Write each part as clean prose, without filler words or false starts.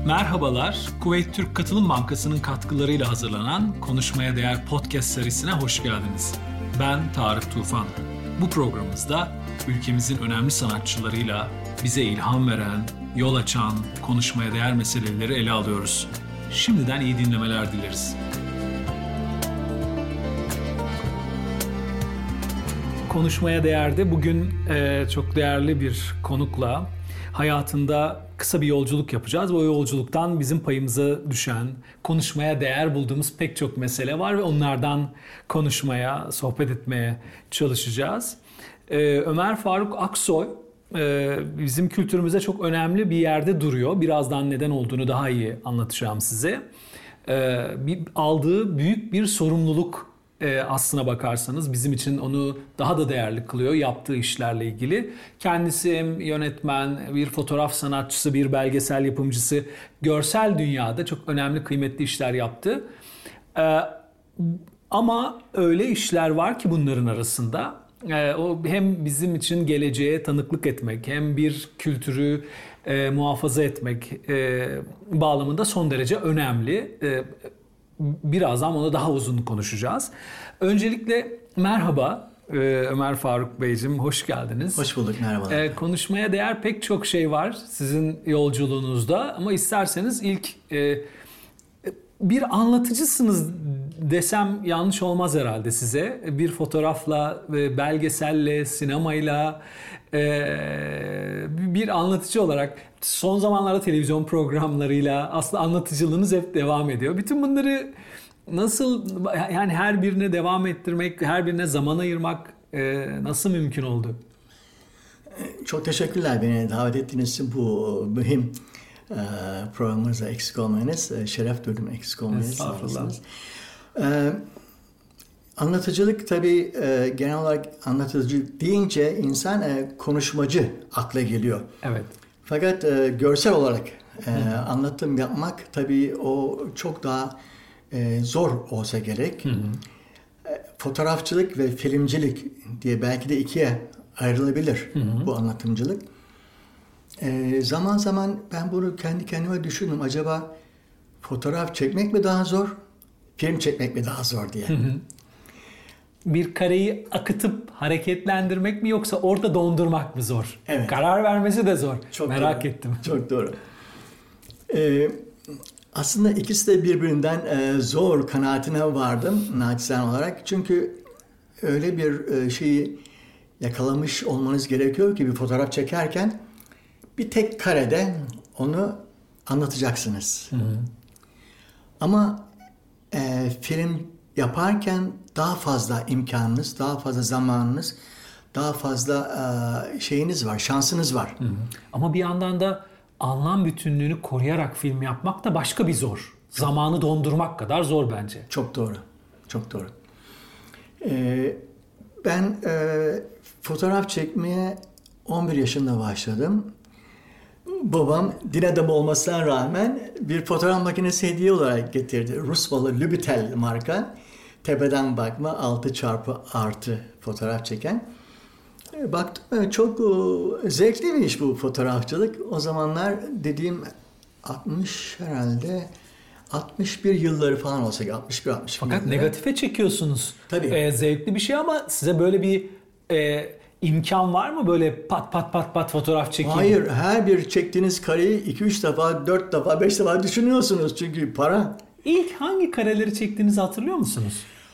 Merhabalar, Kuveyt Türk Katılım Bankası'nın katkılarıyla hazırlanan Konuşmaya Değer Podcast serisine hoş geldiniz. Ben Tarık Tufan. Bu programımızda ülkemizin önemli sanatçılarıyla bize ilham veren, yol açan, konuşmaya değer meseleleri ele alıyoruz. Şimdiden iyi dinlemeler dileriz. Konuşmaya Değer'de bugün çok değerli bir konukla hayatında kısa bir yolculuk yapacağız. O yolculuktan bizim payımıza düşen, konuşmaya değer bulduğumuz pek çok mesele var ve onlardan konuşmaya, sohbet etmeye çalışacağız. Ömer Faruk Aksoy bizim kültürümüzde çok önemli bir yerde duruyor. Birazdan neden olduğunu daha iyi anlatacağım size. Aldığı büyük bir sorumluluk aslına bakarsanız bizim için onu daha da değerli kılıyor yaptığı işlerle ilgili. Kendisi hem yönetmen, bir fotoğraf sanatçısı, bir belgesel yapımcısı, görsel dünyada çok önemli, kıymetli işler yaptı. Ama öyle işler var ki bunların arasında o hem bizim için geleceğe tanıklık etmek, hem bir kültürü muhafaza etmek bağlamında son derece önemli. Birazdan ona daha uzun konuşacağız. Öncelikle merhaba Ömer Faruk Beyciğim, hoş geldiniz. Hoş bulduk, merhabalar. Konuşmaya değer pek çok şey var sizin yolculuğunuzda ama isterseniz ilk bir anlatıcısınız desem yanlış olmaz herhalde size. Bir fotoğrafla, belgeselle, sinemayla bir anlatıcı olarak son zamanlarda televizyon programlarıyla aslında anlatıcılığınız hep devam ediyor. Bütün bunları nasıl, yani her birine devam ettirmek, her birine zaman ayırmak nasıl mümkün oldu? Çok teşekkürler beni davet ettiğiniz için, bu mühim programımıza eksik olmayınız. Şeref duydum, eksik olmayınız. Estağfurullah. Anlatıcılık tabii genel olarak anlatıcı deyince insan konuşmacı akla geliyor. Evet. Fakat görsel olarak anlatım yapmak tabii o çok daha zor olsa gerek. Fotoğrafçılık ve filmcilik diye belki de ikiye ayrılabilir bu anlatımcılık. Zaman zaman ben bunu kendi kendime düşündüm. Acaba fotoğraf çekmek mi daha zor, film çekmek mi daha zor diye. Bir kareyi akıtıp hareketlendirmek mi yoksa orada dondurmak mı zor? Evet. Karar vermesi de zor. Çok merak doğru. ettim. Çok doğru. Aslında ikisi de birbirinden zor kanaatine vardım naçizane olarak. Çünkü öyle bir şeyi yakalamış olmanız gerekiyor ki bir fotoğraf çekerken bir tek karede onu anlatacaksınız. Ama film yaparken daha fazla imkanınız, daha fazla zamanınız, daha fazla şeyiniz var, şansınız var. Ama bir yandan da anlam bütünlüğünü koruyarak film yapmak da başka bir zor. Zamanı dondurmak kadar zor bence. Çok doğru, çok doğru. Ben fotoğraf çekmeye 11 yaşında başladım. Babam din adamı olmasına rağmen bir fotoğraf makinesi hediye olarak getirdi. Rus malı Lubitel marka. Tepeden bakma 6x6 fotoğraf çeken. Baktım çok zevkli bir iş bu fotoğrafçılık. O zamanlar dediğim 60 herhalde 61 yılları falan olsa 61-62 Fakat yılları. negatife çekiyorsunuz. Tabii. Zevkli bir şey ama size böyle bir imkan var mı? Böyle pat fotoğraf çekeyim. Hayır, her bir çektiğiniz kareyi 2-3 defa, 4 defa, 5 defa düşünüyorsunuz çünkü para. İlk hangi kareleri çektiğinizi hatırlıyor musunuz?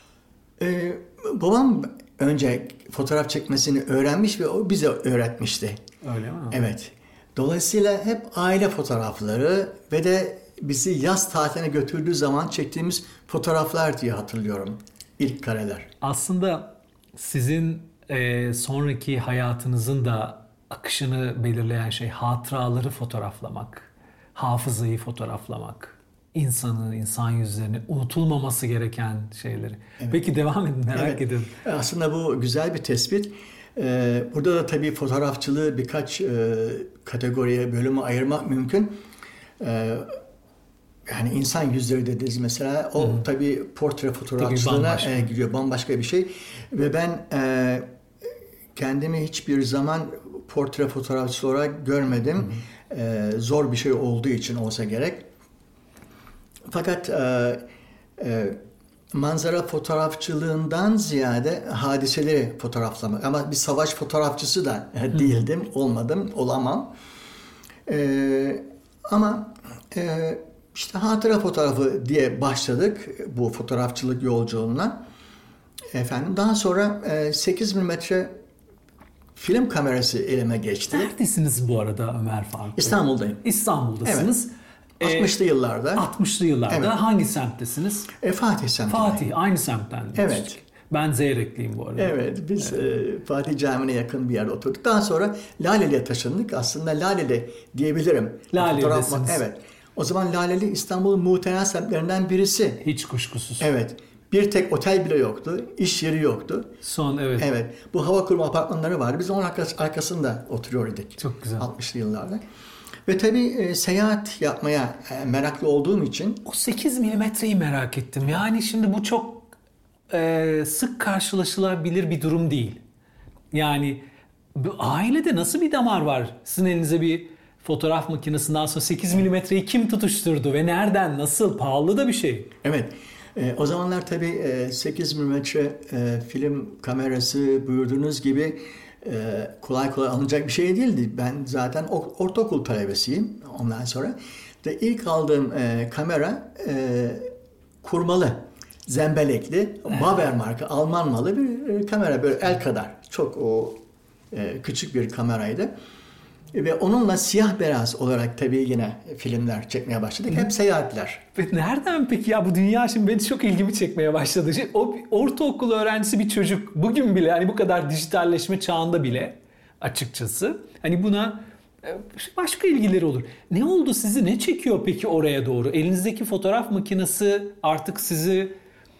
Babam önce fotoğraf çekmesini öğrenmiş ve o bize öğretmişti. Öyle mi? Evet. Dolayısıyla hep aile fotoğrafları ve de bizi yaz tatiline götürdüğü zaman çektiğimiz fotoğraflar diye hatırlıyorum. İlk kareler. Aslında sizin sonraki hayatınızın da akışını belirleyen şey hatıraları fotoğraflamak, hafızayı fotoğraflamak, insan yüzlerini, unutulmaması gereken şeyleri. Evet. Peki devam edin, merak ediyorum. Aslında bu güzel bir tespit. Burada da tabii fotoğrafçılığı birkaç kategoriye, bölüme ayırmak mümkün. Yani insan yüzleri dediniz mesela. O tabii portre fotoğrafçılığına giriyor. Bambaşka bir şey. Ve ben kendimi hiçbir zaman portre fotoğrafçısı olarak görmedim. Zor bir şey olduğu için olsa gerek. Fakat manzara fotoğrafçılığından ziyade hadiseleri fotoğraflamak. Ama bir savaş fotoğrafçısı da değildim, olmadım, olamam. Ama işte hatıra fotoğrafı diye başladık bu fotoğrafçılık yolculuğuna. Efendim, daha sonra 8 milimetre film kamerası elime geçti. Neredesiniz bu arada Ömer Faruk Bey? İstanbul'dayım. İstanbul'dasınız. Evet. 60'lı yıllarda. 60'lı yıllarda. Evet. Hangi semttesiniz? Fatih semtindeyim. Fatih, aynı semtten. Evet. Ben Zeyrekliyim bu arada. Evet, biz Fatih Camii'ne yakın bir yerde oturduk. Daha sonra Laleli'ye taşındık. Aslında Laleli diyebilirim. Laleli'desiniz. Evet. O zaman Laleli İstanbul'un muhtemel semtlerinden birisi. Hiç kuşkusuz. Evet. Bir tek otel bile yoktu. İş yeri yoktu. Evet. Evet. Bu hava kurumu apartmanları vardı. Biz onun arkasında oturuyorduk. Çok güzel. 60'lı yıllarda. Ve tabii seyahat yapmaya meraklı olduğum için. O 8 milimetreyi merak ettim. Yani şimdi bu çok sık karşılaşılabilir bir durum değil. Yani ailede nasıl bir damar var? Sizin elinize bir fotoğraf makinesinden sonra 8 milimetreyi kim tutuşturdu ve nereden, nasıl? Pahalı da bir şey. Evet. O zamanlar tabii 8 milimetre film kamerası buyurduğunuz gibi kolay kolay alınacak bir şey değildi. Ben zaten ortaokul talebesiyim ondan sonra. De ilk aldığım kamera kurmalı, zembelekli, Baber marka, Alman malı bir kamera. Böyle el kadar. Çok küçük bir kameraydı. Ve onunla siyah beyaz olarak tabii yine filmler çekmeye başladık. Hep seyahatler. Ve nereden peki ya, bu dünya şimdi beni çok ilgimi çekmeye başladı. O ortaokul öğrencisi bir çocuk bugün bile, hani bu kadar dijitalleşme çağında bile açıkçası hani buna başka ilgileri olur. Ne oldu, sizi ne çekiyor peki oraya doğru? Elinizdeki fotoğraf makinesi artık sizi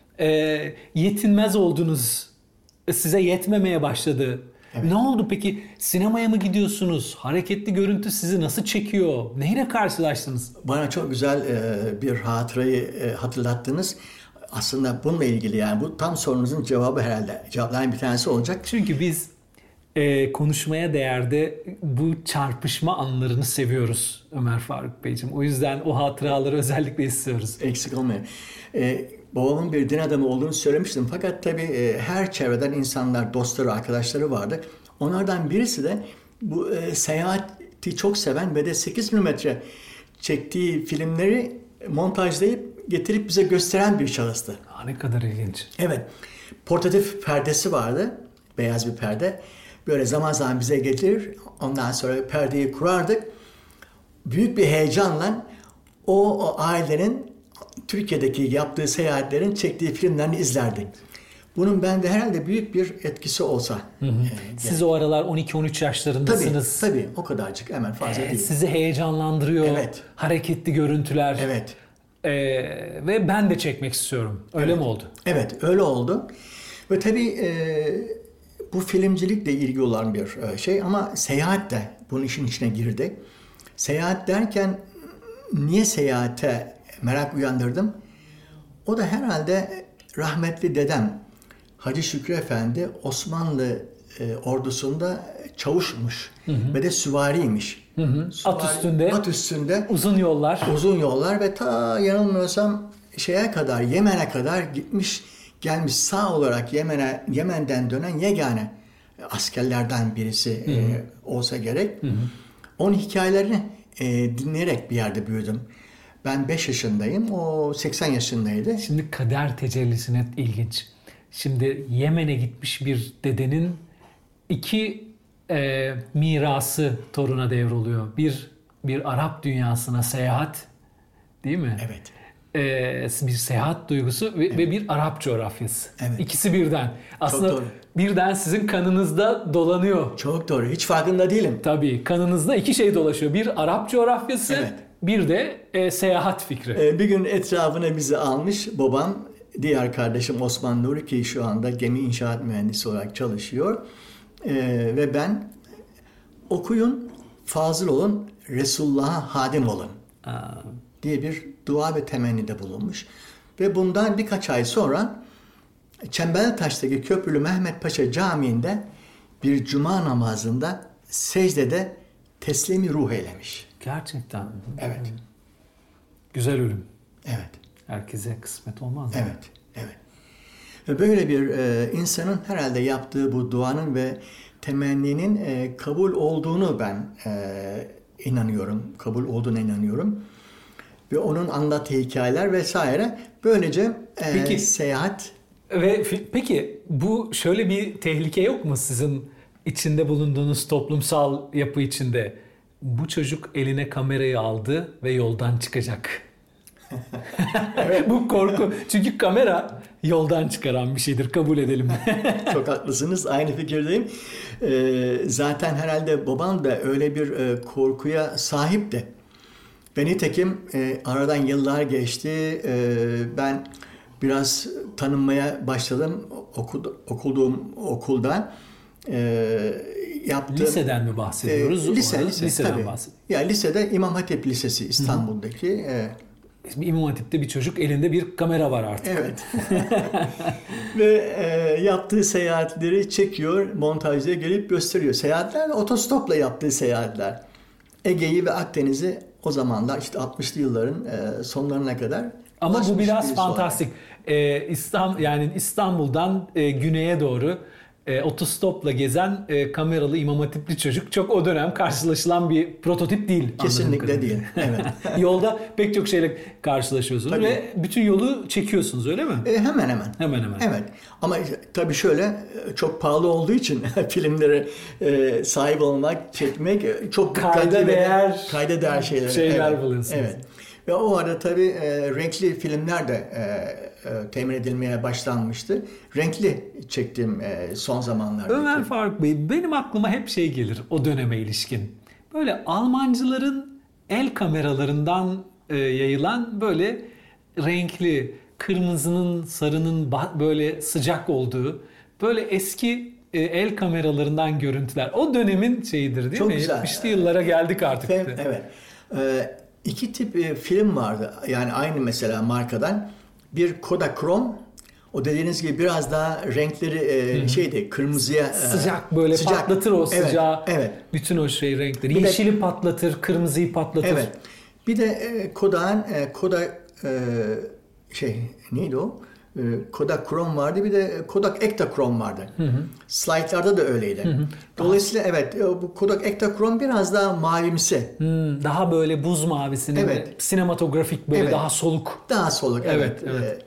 yetinmez oldunuz. Size yetmemeye başladı. Evet. Ne oldu peki? Sinemaya mı gidiyorsunuz? Hareketli görüntü sizi nasıl çekiyor? Neyle karşılaştınız? Bana çok güzel bir hatırayı hatırlattınız. Aslında bununla ilgili, yani bu tam sorunuzun cevabı herhalde. Cevapların bir tanesi olacak. Çünkü biz konuşmaya değerde bu çarpışma anlarını seviyoruz Ömer Faruk Beyciğim. O yüzden o hatıraları özellikle istiyoruz. Eksik olmayın. Babamın bir din adamı olduğunu söylemiştim. Fakat tabii her çevreden insanlar, dostları, arkadaşları vardı. Onlardan birisi de bu seyahati çok seven ve de 8 milimetre çektiği filmleri montajlayıp getirip bize gösteren bir şahıstı. Ne kadar ilginç. Evet. Portatif perdesi vardı. Beyaz bir perde. Böyle zaman zaman bize getirir. Ondan sonra perdeyi kurardık. Büyük bir heyecanla o ailenin Türkiye'deki yaptığı seyahatlerin çektiği filmlerini izlerdik. Bunun bende herhalde büyük bir etkisi olsa. Siz o aralar 12-13 yaşlarındasınız. Tabii o kadarcık, hemen fazla değil. Sizi heyecanlandırıyor. Evet. Hareketli görüntüler. Evet. Ve ben de çekmek istiyorum. Öyle mi oldu? Evet, öyle oldu. Ve tabii bu filmcilikle ilgili olan bir şey, ama seyahat de bunun işin içine girdi. Seyahat derken niye seyahate merak uyandırdım? O da herhalde rahmetli dedem Hacı Şükrü Efendi Osmanlı ordusunda çavuşmuş ve de süvariymiş. At üstünde. Uzun yollar ve ta yanılmıyorsam Yemen'e kadar gitmiş gelmiş, sağ olarak Yemen'den dönen yegane askerlerden birisi olsa gerek. Onun hikayelerini dinleyerek bir yerde büyüdüm. Ben 5 yaşındayım, o 80 yaşındaydı. Şimdi kader tecellisine ilginç. Şimdi Yemen'e gitmiş bir dedenin 2 mirası toruna devroluyor. Bir Arap dünyasına seyahat, değil mi? Evet. Bir seyahat duygusu ve bir Arap coğrafyası. Evet. İkisi birden. Aslında birden sizin kanınızda dolanıyor. Çok doğru. Hiç farkında değilim. Tabii. Kanınızda 2 şey dolaşıyor. Bir Arap coğrafyası, evet, bir de seyahat fikri. Bir gün etrafına bizi almış babam, diğer kardeşim Osman Nuri, ki şu anda gemi inşaat mühendisi olarak çalışıyor. Ve ben, okuyun, fazıl olun, Resulullah'a hadim olun diye bir dua ve temennide bulunmuş. Ve bundan birkaç ay sonra Çemberlitaş'taki Köprülü Mehmet Paşa Camii'nde bir cuma namazında secdede teslimi ruh eylemiş. Gerçekten. Evet. Güzel ölüm. Evet. Herkese kısmet olmaz. Evet. Evet. Ve böyle bir insanın herhalde yaptığı bu duanın ve temenninin kabul olduğunu ben inanıyorum. Kabul olduğuna inanıyorum. Ve onun anlattığı hikayeler vesaire. Böylece Peki, seyahat... Ve peki bu şöyle bir tehlike yok mu sizin içinde bulunduğunuz toplumsal yapı içinde? Bu çocuk eline kamerayı aldı ve yoldan çıkacak. Bu korku. Çünkü kamera yoldan çıkaran bir şeydir. Kabul edelim. Çok haklısınız. Aynı fikirdeyim. Zaten herhalde babam da öyle bir korkuya sahipti. Ben nitekim aradan yıllar geçti. Ben biraz tanınmaya başladım okuduğum okulda. Liseden mi bahsediyoruz? Liseden tabii. bahsediyoruz. Ya lisede İmam Hatip Lisesi İstanbul'daki. İmam Hatip'te bir çocuk elinde bir kamera var artık. Evet. Ve yaptığı seyahatleri çekiyor, montajda gelip gösteriyor. Seyahatler otostopla yaptığı seyahatler. Ege'yi ve Akdeniz'i o zamanlar işte 60'lı yılların sonlarına kadar. Ama bu biraz fantastik. Yani İstanbul'dan güneye doğru otostopla gezen kameralı İmam Hatipli çocuk çok o dönem karşılaşılan bir prototip değil. Kesinlikle değil. Evet. Yolda pek çok şeyle karşılaşıyorsunuz ve bütün yolu çekiyorsunuz, öyle mi? Hemen hemen. Hemen hemen. Evet. Ama tabii şöyle çok pahalı olduğu için filmlere sahip olmak, çekmek çok kayda değer şeyler. Evet. Buluyorsunuz. Evet. Ve o arada tabii renkli filmler de temin edilmeye başlanmıştı. Renkli çektim son zamanlarda. Ömer Faruk Bey, benim aklıma hep şey gelir o döneme ilişkin. Böyle Almancıların el kameralarından yayılan böyle renkli, kırmızının, sarının böyle sıcak olduğu, böyle eski el kameralarından görüntüler. O dönemin şeyidir değil çok mi? Güzel. 70'li yıllara geldik artık. Evet. İki tip film vardı. Yani aynı mesela markadan. Bir Kodachrome. O dediğiniz gibi biraz daha renkleri kırmızıya sıcak böyle patlatır o sıcağı. Evet. Bütün o renkleri. Yeşili patlatır, kırmızıyı patlatır. Evet. Bir de Kodak neydi o? Kodachrome vardı, bir de Kodak Ektachrome vardı. Slide'larda da öyleydi. Dolayısıyla evet, bu Kodak Ektachrome biraz daha mavimsi. Daha böyle buz mavisinin sinematografik böyle daha soluk. Daha soluk, evet.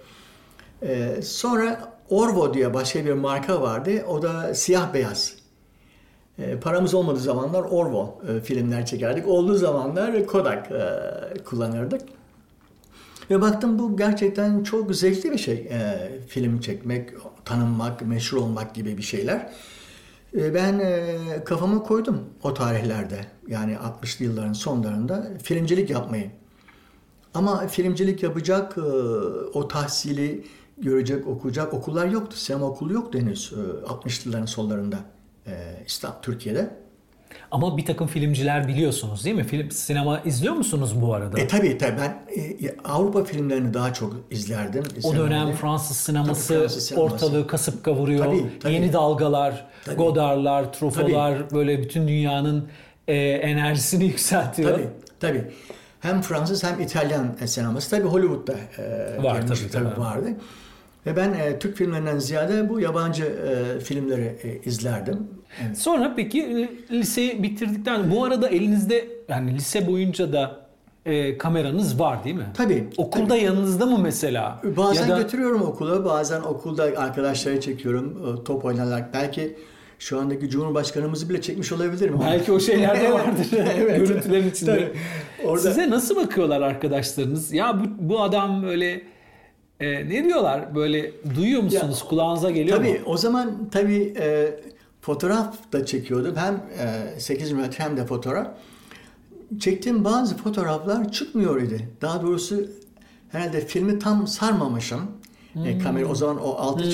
Sonra Orvo diye başka bir marka vardı. O da siyah beyaz. Paramız olmadığı zamanlar Orvo filmler çekerdik. Olduğu zamanlar Kodak kullanırdık. Ve baktım bu gerçekten çok zevkli bir şey. Film çekmek, tanınmak, meşhur olmak gibi bir şeyler. Ben kafama koydum o tarihlerde. Yani 60'lı yılların sonlarında filmcilik yapmayı. Ama filmcilik yapacak, o tahsili görecek, okuyacak okullar yoktu. Sinema okulu yoktu henüz 60'lı yılların sonlarında Türkiye'de. Ama bir takım filmciler biliyorsunuz değil mi? Sinema izliyor musunuz bu arada? Tabii. Ben Avrupa filmlerini daha çok izlerdim. O dönem Fransız sineması ortalığı kasıp kavuruyor. Tabii. Yeni dalgalar, Godard'lar, Truffaut'lar böyle bütün dünyanın enerjisini yükseltiyor. Tabii. Hem Fransız hem İtalyan sineması. Tabii Hollywood'da var, tabii. vardı. Ve ben Türk filmlerinden ziyade bu yabancı filmleri izlerdim. Evet. Sonra peki liseyi bitirdikten bu arada elinizde yani lise boyunca da kameranız var değil mi? Tabii. Okulda yanınızda mı mesela? Bazen götürüyorum okula, bazen okulda arkadaşları çekiyorum top oynarlar. Belki şu andaki Cumhurbaşkanımızı bile çekmiş olabilirim. Belki o şeyler de vardır. Görüntülerin içinde. Orada... Size nasıl bakıyorlar arkadaşlarınız? Ya bu adam böyle ne diyorlar? Böyle duyuyor musunuz? Kulağınıza geliyor mu? Tabii o zaman fotoğraf da çekiyordum. Hem 8 mm hem de fotoğraf. Çektiğim bazı fotoğraflar çıkmıyor idi. Daha doğrusu herhalde filmi tam sarmamışım. Kamera o zaman o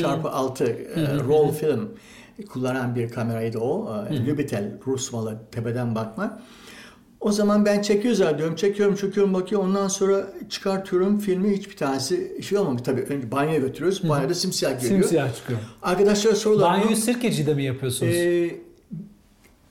6x6 roll film kullanan bir kameraydı o. Lubitel Rus malı tepeden bakma. O zaman ben çekiyorum bakıyor. Ondan sonra çıkartıyorum filmi, hiçbir tanesi şey olmamış. Tabii önce banyoya götürüyoruz. Banyoda simsiyah geliyor. Simsiyah çıkıyor. Arkadaşlar sorular. Banyoyu Sirkeci'de mi yapıyorsunuz?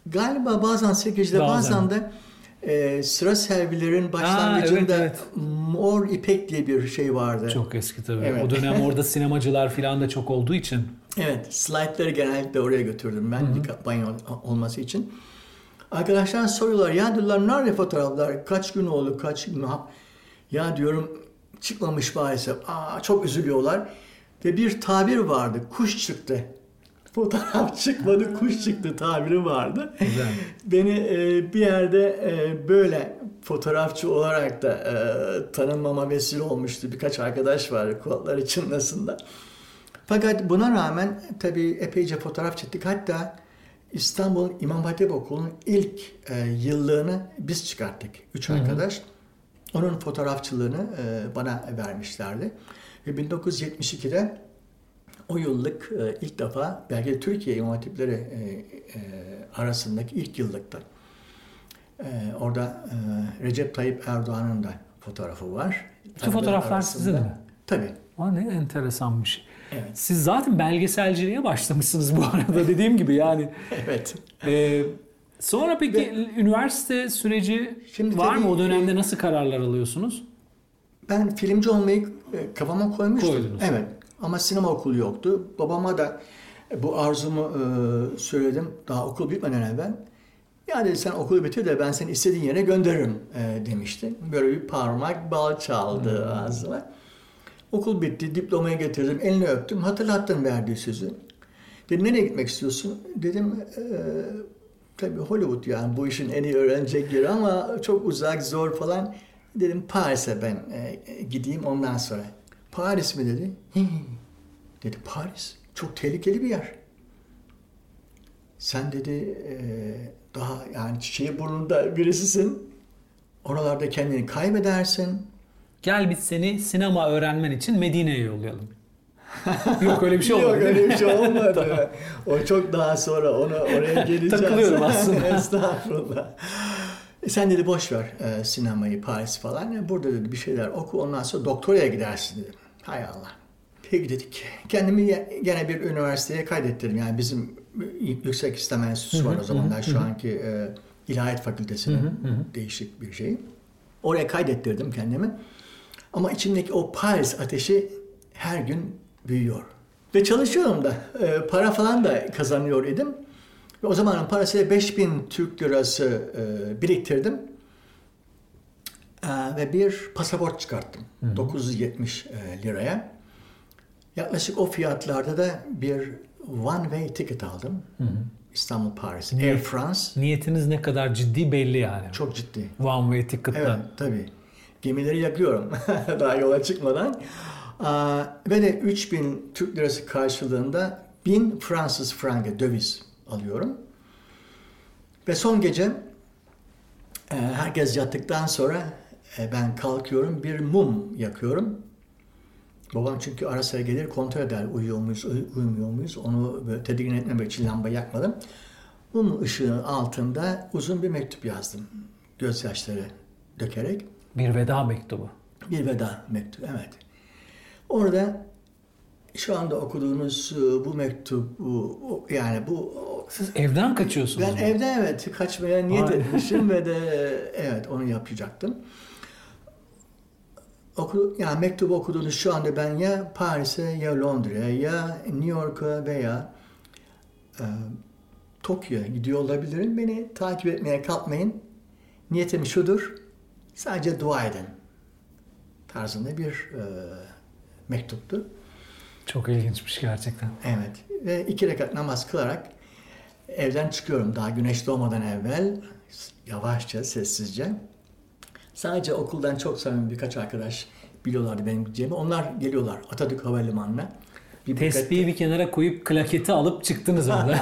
Galiba bazen sekizde, bazen de sıra servilerin başlangıcında evet. Mor İpek diye bir şey vardı. Çok eski tabii. Evet. O dönem orada sinemacılar falan da çok olduğu için. Evet, slaytları genellikle oraya götürdüm ben, banyo olması için. Arkadaşlar soruyorlar, ya diyorlar nerede fotoğraflar, kaç gün oldu, kaç gün, ya diyorum çıkmamış maalesef. Çok üzülüyorlar. Ve bir tabir vardı, kuş çıktı. Fotoğraf çıkmadı, kuş çıktı tabiri vardı. Güzel. Beni bir yerde böyle fotoğrafçı olarak da tanınmama vesile olmuştu. Birkaç arkadaş vardı kulakları çınlasında. Fakat buna rağmen tabii epeyce fotoğraf çektik. Hatta İstanbul İmam Hatip Okulu'nun ilk yıllığını biz çıkarttık. 3 arkadaş. Onun fotoğrafçılığını bana vermişlerdi. Ve 1972'de o yıllık ilk defa belki de Türkiye İmam Hatipleri arasındaki ilk yıllıkta. Orada Recep Tayyip Erdoğan'ın da fotoğrafı var. Bütün fotoğraflar sizin mi? Tabii. Ne enteresanmış. Evet. Siz zaten belgeselciliğe başlamışsınız bu arada dediğim gibi yani. Evet. Sonra peki üniversite süreci var mı? O dönemde nasıl kararlar alıyorsunuz? Ben filmci olmayı kafama koymuştum. Koydunuz. Evet. Ama sinema okulu yoktu. Babama da bu arzumu söyledim daha okul bitmeden evvel. Ya dedi sen okulu bitir de ben seni istediğin yere gönderirim demişti. Böyle bir parmak bal çaldı ağzıma. Okul bitti, diplomayı getirdim, elini öptüm, hatırlattım verdiği sözü. Dedi nereye gitmek istiyorsun? Dedim tabii Hollywood yani bu işin en iyi öğrenecek yeri ama çok uzak, zor falan. Dedim Paris'e ben gideyim ondan sonra. Paris mi dedi? Dedi Paris çok tehlikeli bir yer. Sen dedi daha yani çiçeği burnunda birisisin. Oralarda kendini kaybedersin. Gel biz seni sinema öğrenmen için Medine'ye yollayalım. Yok öyle bir şey olmadı. Yok öyle bir şey olmadı. O çok daha sonra oraya geleceğiz. Takılıyorum aslında. Estağfurullah. Sen dedi boş ver sinemayı, Paris falan. Burada dedi bir şeyler oku ondan sonra doktoraya gidersin dedi. Hay Allah. Peki dedik. Kendimi gene bir üniversiteye kaydettirdim. Yani bizim yüksek İslam Enstitüsü var o zamanlar. Şu anki İlahiyat Fakültesi'nin değişik bir şey. Oraya kaydettirdim kendimi. Ama içimdeki o Paris ateşi her gün büyüyor. Ve çalışıyorum da. Para falan da kazanıyor idim. Ve o zamanın parasıyla 5000 Türk lirası biriktirdim. Ve bir pasaport çıkarttım. 970 liraya. Yaklaşık o fiyatlarda da bir one way ticket aldım. İstanbul Paris. Air France. Niyetiniz ne kadar ciddi belli yani. Çok ciddi. One way ticket'ta. Evet tabii. Gemileri yakıyorum daha yola çıkmadan. Ve de 3000 Türk lirası karşılığında 1000 Fransız frangı döviz alıyorum. Ve son gece herkes yattıktan sonra ben kalkıyorum bir mum yakıyorum. Babam çünkü ara sıra gelir kontrol eder uyuyor muyuz, uyumuyor muyuz onu böyle tedirgin etmemek için lamba yakmadım. Mum ışığının altında uzun bir mektup yazdım gözyaşları dökerek. Bir veda mektubu. Bir veda mektubu evet. Orada şu anda okuduğunuz bu mektup yani bu... Siz evden kaçıyorsunuz Ben mu? evden evet kaçmaya niyet etmişim ve de evet onu yapacaktım. Yani mektubu okuduğunuz şu anda ben ya Paris'e ya Londra'ya ya New York'a veya Tokyo'ya gidiyor olabilirim. Beni takip etmeye kalkmayın. Niyetim şudur. Sadece dua edin. Tarzında bir mektuptu. Çok ilginçmiş gerçekten. Evet. Ve 2 rekat namaz kılarak evden çıkıyorum. Daha güneş doğmadan evvel. Yavaşça, sessizce. Sadece okuldan çok samimi birkaç arkadaş biliyorlardı benim gideceğimi. Onlar geliyorlar Atatürk Havalimanı'na. Tespihi bir kenara koyup klaketi alıp çıktınız orada.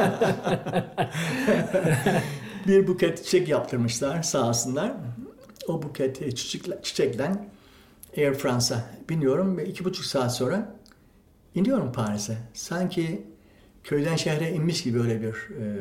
Bir buket çiçek yaptırmışlar sağ olsunlar. O buket çiçekten Air France'a biniyorum ve 2,5 saat sonra iniyorum Paris'e. Sanki köyden şehre inmiş gibi öyle bir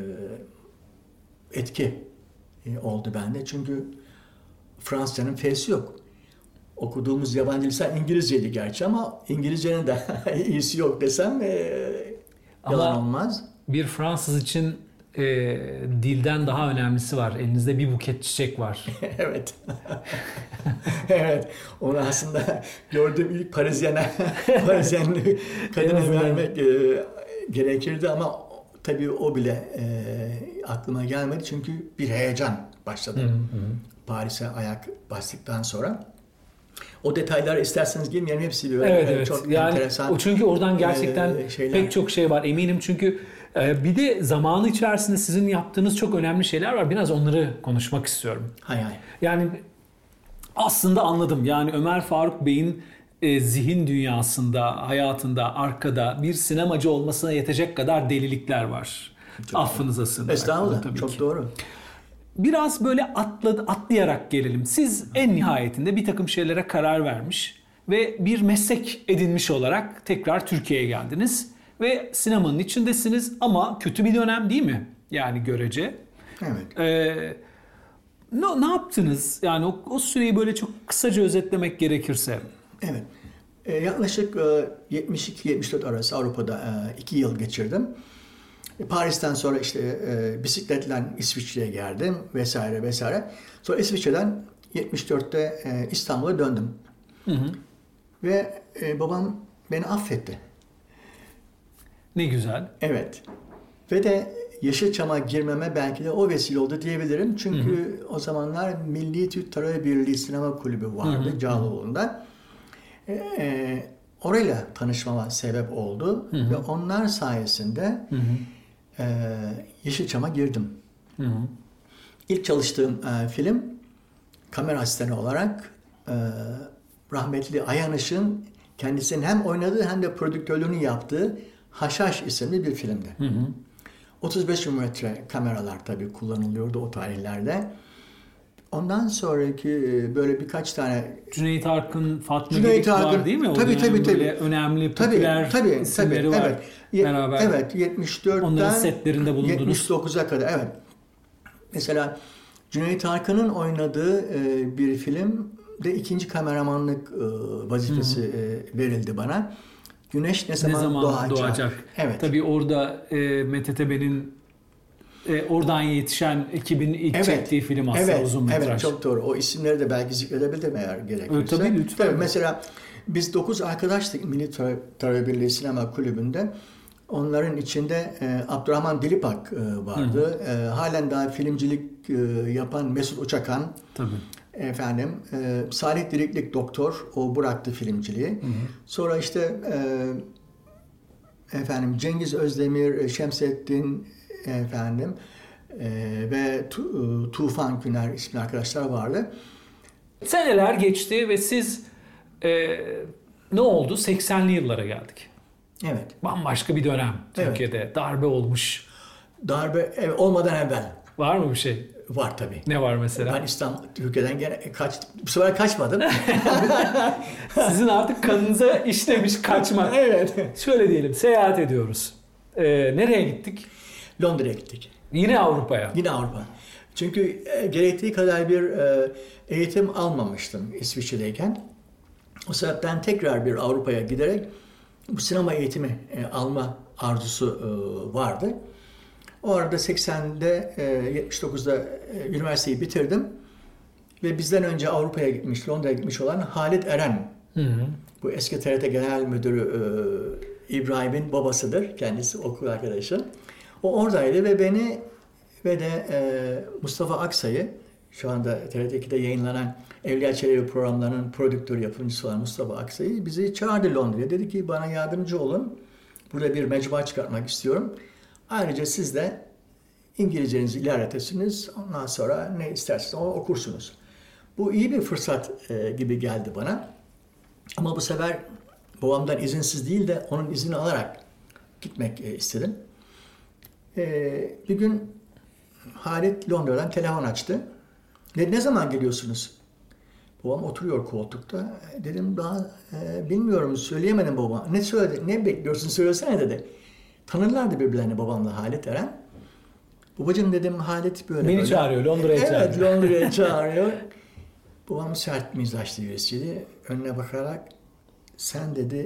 etki oldu bende. Çünkü Fransızcanın F'si yok. Okuduğumuz yabancı lisan İngilizceydi gerçi ama İngilizcenin de iyisi yok desem yalan olmaz. Bir Fransız için dilden daha önemlisi var. Elinizde bir buket çiçek var. Evet. Evet. Onu aslında gördüğüm ilk Parisyen kadına vermek gerekirdi ama tabii o bile aklıma gelmedi. Çünkü bir heyecan başladı. Paris'e ayak bastıktan sonra. O detaylara isterseniz girmeyelim. Hepsi böyle çok yani enteresan. Çünkü oradan gerçekten şeyler. pek çok şey var. Eminim çünkü bir de zamanı içerisinde sizin yaptığınız çok önemli şeyler var. Biraz onları konuşmak istiyorum. Hay. Yani aslında anladım. Yani Ömer Faruk Bey'in zihin dünyasında, hayatında, arkada bir sinemacı olmasına yetecek kadar delilikler var. Çok affınıza sığınarak. Estağfurullah. Çok doğru. Biraz böyle atlayarak gelelim. Siz en nihayetinde bir takım şeylere karar vermiş ve bir meslek edinmiş olarak tekrar Türkiye'ye geldiniz. Ve sinemanın içindesiniz ama kötü bir dönem değil mi? Yani görece. Evet. Ne yaptınız? Yani o süreyi böyle çok kısaca özetlemek gerekirse. Evet. Yaklaşık 72-74 arası Avrupa'da 2 yıl geçirdim. Paris'ten sonra işte bisikletle İsviçre'ye geldim vesaire vesaire. Sonra İsviçre'den 74'te İstanbul'a döndüm. Ve babam beni affetti. Ne güzel. Evet. Ve de Yeşilçam'a girmeme belki de o vesile oldu diyebilirim. Çünkü o zamanlar Milli Türk Tarih Birliği Sinema Kulübü vardı Cağaloğlu'nda. Orayla tanışmama sebep oldu. Ve onlar sayesinde Yeşilçam'a girdim. İlk çalıştığım film kamera asistanı olarak rahmetli Ayhan Işık'ın kendisinin hem oynadığı hem de prodüktörlüğünü yaptığı Haşhaş isimli bir filmdi. 35 mm kameralar tabii kullanılıyordu o tarihlerde. Ondan sonraki böyle birkaç tane... Cüneyt Arkın, Fatma Girik var değil mi? Tabii. Böyle önemli, popüler isimleri var. Beraber. Evet, 74'ten onların setlerinde bulundunuz. 79'a kadar, evet. Mesela Cüneyt Arkın'ın oynadığı bir filmde ikinci kameramanlık vazifesi verildi bana. Güneş ne zaman doğacak? Evet. Tabii orada MTTB'nin oradan yetişen ekibin ilk çektiği film aslında uzun metraj. Evet, çok doğru. O isimleri de belki zikredebilirim eğer gerekirse. Tabii lütfen. Tabii, mesela biz 9 arkadaştık Milli Tarih Birliği Sinema Kulübü'nde. Onların içinde Abdurrahman Dilipak vardı. Halen daha filmcilik yapan Mesut Uçakan. Tabii. Salih Diriklik doktor, o bıraktı filmciliği. Sonra işte Cengiz Özdemir, Şemsettin ve Tufan Güner isimli arkadaşlar vardı. Seneler geçti ve siz ne oldu? 80'li yıllara geldik. Evet. Bambaşka bir dönem Türkiye'de. Evet. Darbe olmuş. Darbe olmadan evvel. Var mı bir şey? Var tabii. Ne var mesela? Ben Türkiye'den gene bu sefer kaçmadım. Sizin artık kanınıza işlemiş kaçmak. Evet. Şöyle diyelim, seyahat ediyoruz. Nereye gittik? Londra'ya gittik. Yine Avrupa'ya. Yine Avrupa. Çünkü gerektiği kadar bir eğitim almamıştım İsviçre'deyken. O sebepten tekrar bir Avrupa'ya giderek bu sinema eğitimi alma arzusu vardı. O arada 80'de 79'da üniversiteyi bitirdim. Ve bizden önce Avrupa'ya gitmiş, Londra'ya gitmiş olan Halit Eren. Bu eski TRT Genel Müdürü İbrahim'in babasıdır. Kendisi okul arkadaşı. O oradaydı ve beni ve de Mustafa Aksay'ı, şu anda TRT2'de yayınlanan Evliya Çelebi programlarının prodüktörü, yapımcısı olan Mustafa Aksay'ı bizi çağırdı Londra'ya. Dedi ki bana yardımcı olun. Burada bir mecmua çıkartmak istiyorum. Ayrıca siz de İngilizcenizi ilerletirsiniz. Ondan sonra ne isterseniz onu okursunuz. Bu iyi bir fırsat gibi geldi bana. Ama bu sefer babamdan izinsiz değil de onun izni alarak gitmek istedim. Bir gün Halit Londra'dan telefon açtı. Ne zaman geliyorsunuz? Babam oturuyor koltukta. Dedim daha bilmiyorum, söyleyemedim babama. Ne söyledi? Ne bekliyorsun, söylesene dedi. Tanırlardı birbirlerini babamla Halit Eren. Babacığım dedim, Halit böyle Beni böyle. Çağırıyor, Londra'ya çağırıyor. Evet, Londra'ya çağırıyor. Babam sert mizaçlı birisiydi. Önüne bakarak sen dedi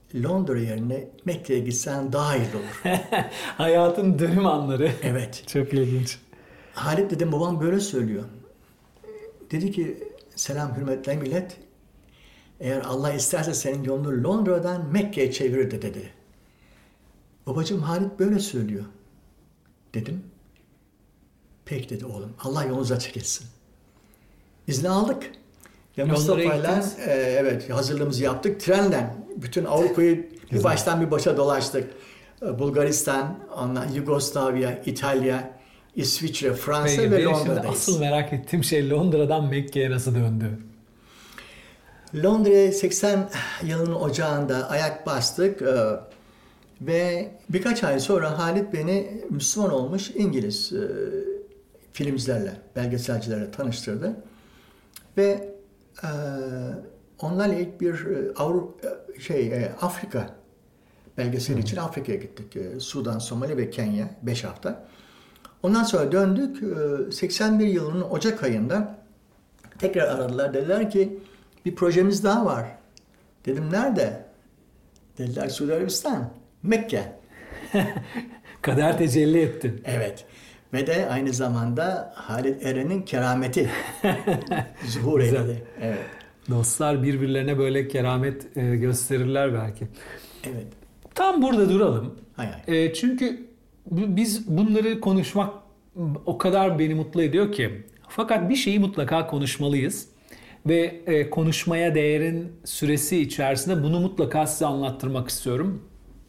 Londra yerine Mekke'ye gitsen daha iyi olur. Hayatın dönüm anları. Evet. Çok ilginç. Halit dedim, babam böyle söylüyor. Dedi ki, selam hürmetler millet. Eğer Allah isterse senin yolunu Londra'dan Mekke'ye çevirir dedi. Babacığım, Halit böyle söylüyor. Dedim. Peki dedi oğlum. Allah yolunuzu açık etsin. İzni aldık. Ve Mustafa'yla evet, hazırlığımızı yaptık. Trenle bütün Avrupa'yı bir baştan bir başa dolaştık. Bulgaristan, Yugoslavya, İtalya, İsviçre, Fransa ve Londra'dayız. Asıl merak ettiğim şey Londra'dan Mekke'ye nasıl döndü? Londra'ya 80 yılının ocağında ayak bastık ve birkaç ay sonra Halit beni Müslüman olmuş İngiliz filmcilerle, belgeselcilerle tanıştırdı. Ve onlarla ilk bir Afrika belgeseli için Afrika'ya gittik. Sudan, Somali ve Kenya 5 hafta. Ondan sonra döndük. 81 yılının Ocak ayında tekrar aradılar. Dediler ki bir projemiz daha var. Dedim nerede? Dediler Suudi Arabistan, Mekke. Kader tecelli etti. Evet. Ve de aynı zamanda Halit Eren'in kerameti zuhur etti. Evet. Dostlar birbirlerine böyle keramet gösterirler belki. Evet. Tam burada duralım. Hay. Çünkü biz bunları konuşmak o kadar beni mutlu ediyor ki. Fakat bir şeyi mutlaka konuşmalıyız. Ve konuşmaya değerin süresi içerisinde bunu mutlaka size anlattırmak istiyorum.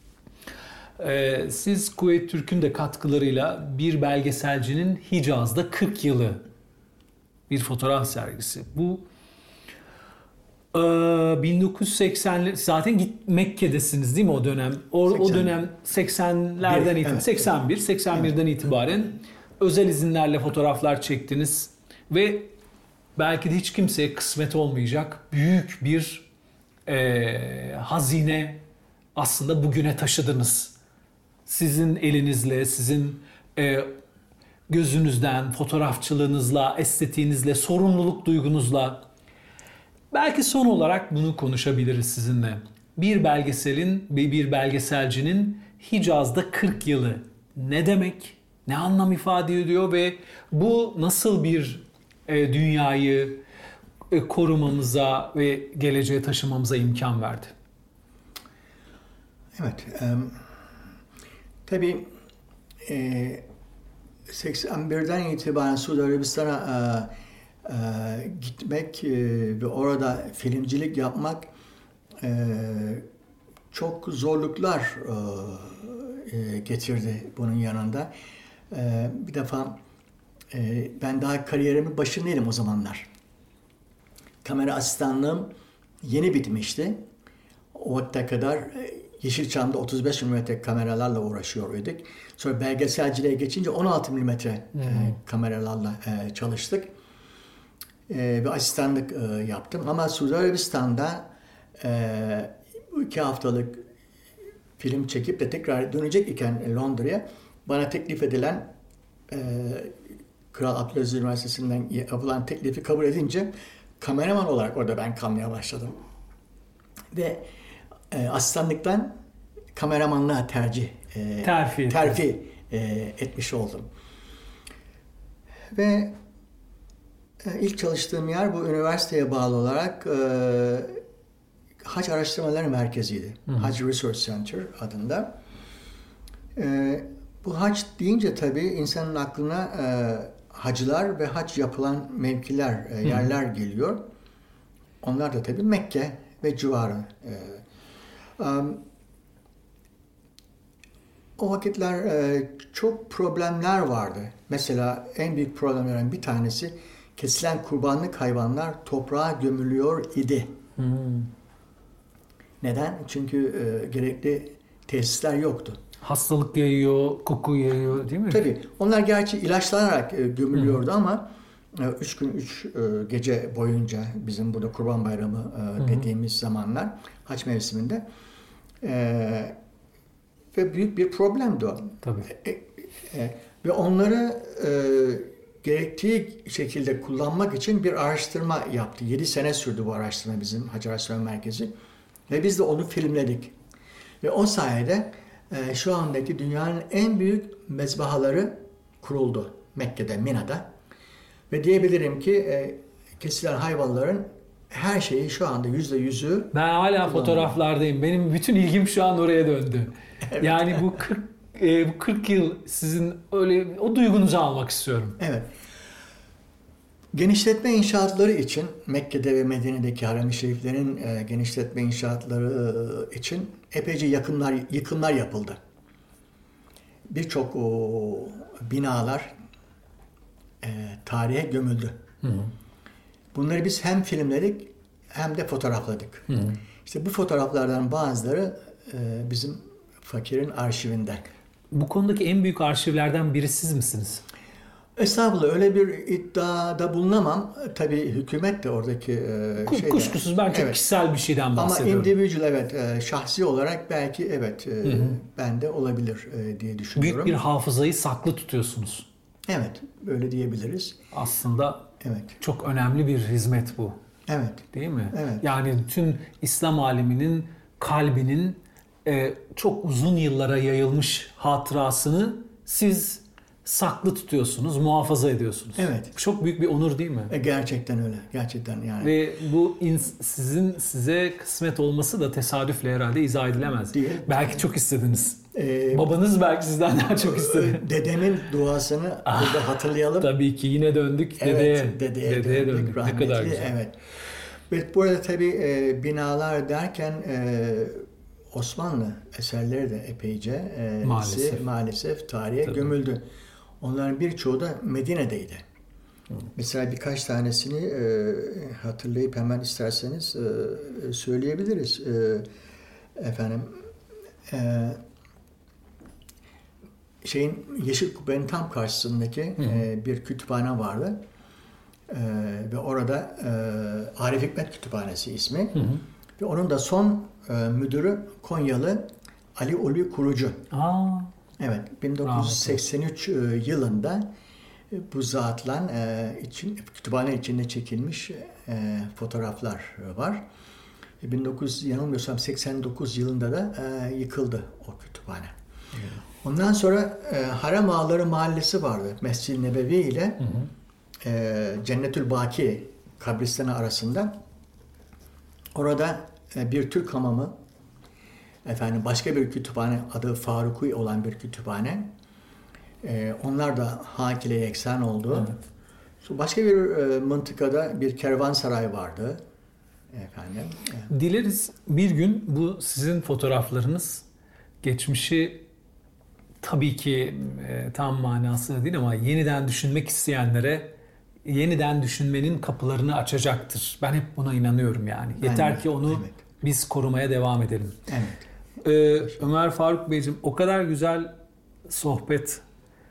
Siz Kuveyt Türk'ün de katkılarıyla bir belgeselcinin Hicaz'da 40 yılı bir fotoğraf sergisi. Bu 1980'ler zaten Mekke'desiniz değil mi o dönem? O dönem 80'lerden itibaren 81'den itibaren özel izinlerle fotoğraflar çektiniz ve belki de hiç kimseye kısmet olmayacak büyük bir hazine aslında bugüne taşıdınız. Sizin elinizle, sizin gözünüzden, fotoğrafçılığınızla, estetiğinizle, sorumluluk duygunuzla. Belki son olarak bunu konuşabiliriz sizinle. Bir belgeselcinin Hicaz'da 40 yılı ne demek, ne anlam ifade ediyor ve bu nasıl bir dünyayı korumamıza ve geleceğe taşımamıza imkan verdi? Evet. Tabii 81'den itibaren Suudi Arabistan'a gitmek ve orada filmcilik yapmak çok zorluklar getirdi bunun yanında. Bir defa ben daha kariyerimin başındaydım o zamanlar. Kamera asistanlığım yeni bitmişti. O vakte kadar Yeşilçam'da 35 mm kameralarla uğraşıyor idik. Sonra belgeselciliğe geçince 16 mm kameralarla çalıştık. Ve asistanlık yaptım. Ama Suudi Arabistan'da 2 haftalık film çekip de tekrar dönecek iken Londra'ya bana teklif edilen Kral Abdülaziz Üniversitesi'nden yapılan teklifi kabul edince kameraman olarak orada ben kalmaya başladım. Ve asistanlıktan kameramanlığa terfi etmiş oldum. Ve ilk çalıştığım yer bu üniversiteye bağlı olarak Hac Araştırmaları Merkezi'ydi. Hac Research Center adında. Bu hac deyince tabii insanın aklına hacılar ve hac yapılan mevkiler, yerler geliyor. Onlar da tabii Mekke ve civarı. O vakitler çok problemler vardı. Mesela en büyük problemlerden bir tanesi kesilen kurbanlık hayvanlar toprağa gömülüyor idi. Neden? Çünkü gerekli tesisler yoktu. Hastalık yayıyor, koku yayıyor değil mi? Tabii. Onlar gerçi ilaçlanarak gömülüyordu ama 3 gün 3 gece boyunca bizim burada Kurban Bayramı dediğimiz zamanlar hac mevsiminde ve büyük bir problemdi o. Tabii. Ve onları gerektiği şekilde kullanmak için bir araştırma yaptı. 7 sene sürdü bu araştırma bizim Hac Araştırma Merkezi. Ve biz de onu filmledik. Ve o sayede şu andaki dünyanın en büyük mezbahaları kuruldu Mekke'de, Mina'da. Ve diyebilirim ki kesilen hayvanların her şeyi şu anda %100'ü. Ben hala fotoğraflardayım. Benim bütün ilgim şu an oraya döndü. Evet. Yani bu 40 yıl sizin öyle o duygunuzu almak istiyorum. Evet. Genişletme inşaatları için Mekke'de ve Medine'deki harem-i şeriflerin genişletme inşaatları için epeyce yıkımlar yapıldı. Birçok binalar tarihe gömüldü. Hı. Bunları biz hem filmledik hem de fotoğrafladık. Hı. İşte bu fotoğraflardan bazıları bizim Fakir'in arşivinde. Bu konudaki en büyük arşivlerden biri siz misiniz? Estağfurullah, öyle bir iddiada bulunamam. Tabii hükümet de oradaki şeyde. Kuşkusuz ben çok kişisel bir şeyden bahsediyorum. Ama individual şahsi olarak belki ben de olabilir diye düşünüyorum. Büyük bir hafızayı saklı tutuyorsunuz. Evet, öyle diyebiliriz. Aslında çok önemli bir hizmet bu. Evet. Değil mi? Evet. Yani tüm İslam aleminin kalbinin çok uzun yıllara yayılmış hatırasını siz saklı tutuyorsunuz, muhafaza ediyorsunuz. Evet. Çok büyük bir onur değil mi? Gerçekten öyle. Gerçekten yani. Ve bu size kısmet olması da tesadüfle herhalde izah edilemez. Değil. Belki çok istediniz. Babanız belki sizden daha çok istedi. Dedemin duasını burada hatırlayalım. Tabii ki yine döndük dedeye döndük. Rahmetli, ne kadar güzel. Evet. Ve burada tabii binalar derken Osmanlı eserleri de epeyce maalesef tarihe gömüldü. Onların birçoğu da Medine'deydi. Mesela birkaç tanesini hatırlayıp hemen isterseniz söyleyebiliriz. Yeşil Kubbe'nin tam karşısındaki bir kütüphane vardı. Ve orada Arif Hikmet Kütüphanesi ismi. Hı hı. Ve onun da son müdürü Konyalı Ali Ulvi Kurucu. Evet, 1983 yılında bu zatla kütüphane içinde çekilmiş fotoğraflar var. Yanılmıyorsam 89 yılında da yıkıldı o kütüphane. Evet. Ondan sonra Harem Ağaları Mahallesi vardı. Mescid-i Nebevi ile Cennetül Baki kabristanı arasında. Orada bir Türk hamamı, başka bir kütüphane, adı Faruki olan bir kütüphane. Onlar da hak ile yeksan oldu. Evet. Başka bir mıntıkada bir kervansaray vardı. Dileriz bir gün bu sizin fotoğraflarınız geçmişi tabii ki tam manasıyla değil ama yeniden düşünmek isteyenlere yeniden düşünmenin kapılarını açacaktır. Ben hep buna inanıyorum yani. Yeter ki onu biz korumaya devam edelim. Evet. Ömer Faruk Beyciğim, o kadar güzel sohbet,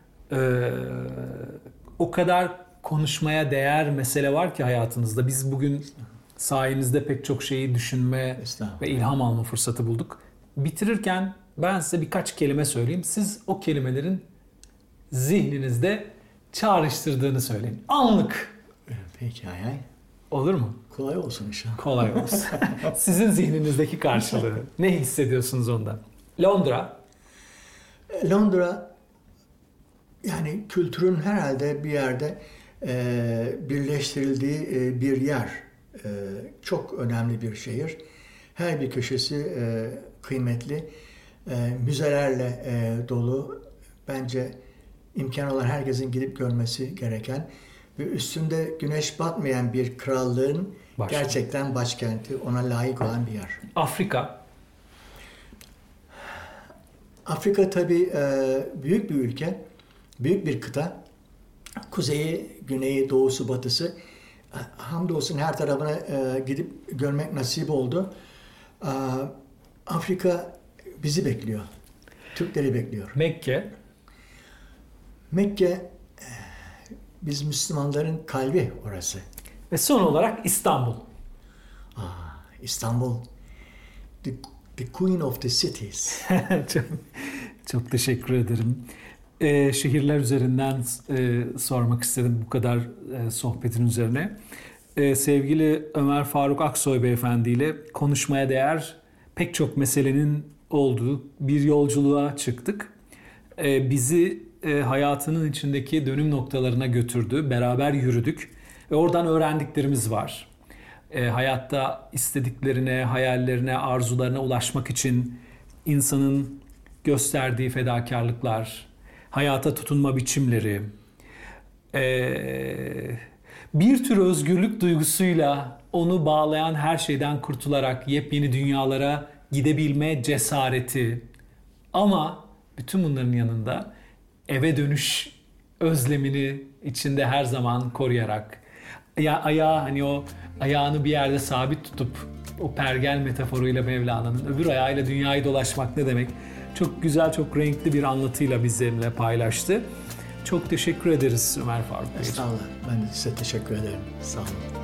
o kadar konuşmaya değer mesele var ki hayatınızda. Biz bugün sayenizde pek çok şeyi düşünme ve ilham alma fırsatı bulduk. Bitirirken ben size birkaç kelime söyleyeyim. Siz o kelimelerin zihninizde çağrıştırdığını söyleyin. Anlık. Peki hay. Olur mu? Kolay olsun inşallah. Kolay olsun. Sizin zihninizdeki karşılığı. Ne hissediyorsunuz ondan? Londra. Londra yani kültürün herhalde bir yerde birleştirildiği bir yer. Çok önemli bir şehir. Her bir köşesi kıymetli. Müzelerle dolu. Bence imkan olan herkesin gidip görmesi gereken ve üstünde güneş batmayan bir krallığın gerçekten başkenti, ona layık olan bir yer. Afrika. Afrika tabii büyük bir ülke, büyük bir kıta. Kuzeyi, güneyi, doğusu, batısı. Hamdolsun her tarafına gidip görmek nasip oldu. Afrika bizi bekliyor. Türkleri bekliyor. Mekke biz Müslümanların kalbi orası. Ve son olarak İstanbul. İstanbul. The Queen of the Cities. Çok teşekkür ederim. Şehirler üzerinden sormak istedim bu kadar sohbetin üzerine. Sevgili Ömer Faruk Aksoy Beyefendi ile konuşmaya değer pek çok meselenin olduğu bir yolculuğa çıktık. Bizi hayatının içindeki dönüm noktalarına götürdü. Beraber yürüdük ve oradan öğrendiklerimiz var. Hayatta istediklerine, hayallerine, arzularına ulaşmak için insanın gösterdiği fedakarlıklar, hayata tutunma biçimleri, bir tür özgürlük duygusuyla onu bağlayan her şeyden kurtularak yepyeni dünyalara gidebilme cesareti. Ama bütün bunların yanında eve dönüş özlemini içinde her zaman koruyarak, hani o ayağını bir yerde sabit tutup o pergel metaforuyla Mevlana'nın öbür ayağıyla dünyayı dolaşmak ne demek? Çok güzel, çok renkli bir anlatıyla bizimle paylaştı. Çok teşekkür ederiz Ömer Faruk Bey. Estağfurullah. Ben de size teşekkür ederim. Sağ olun.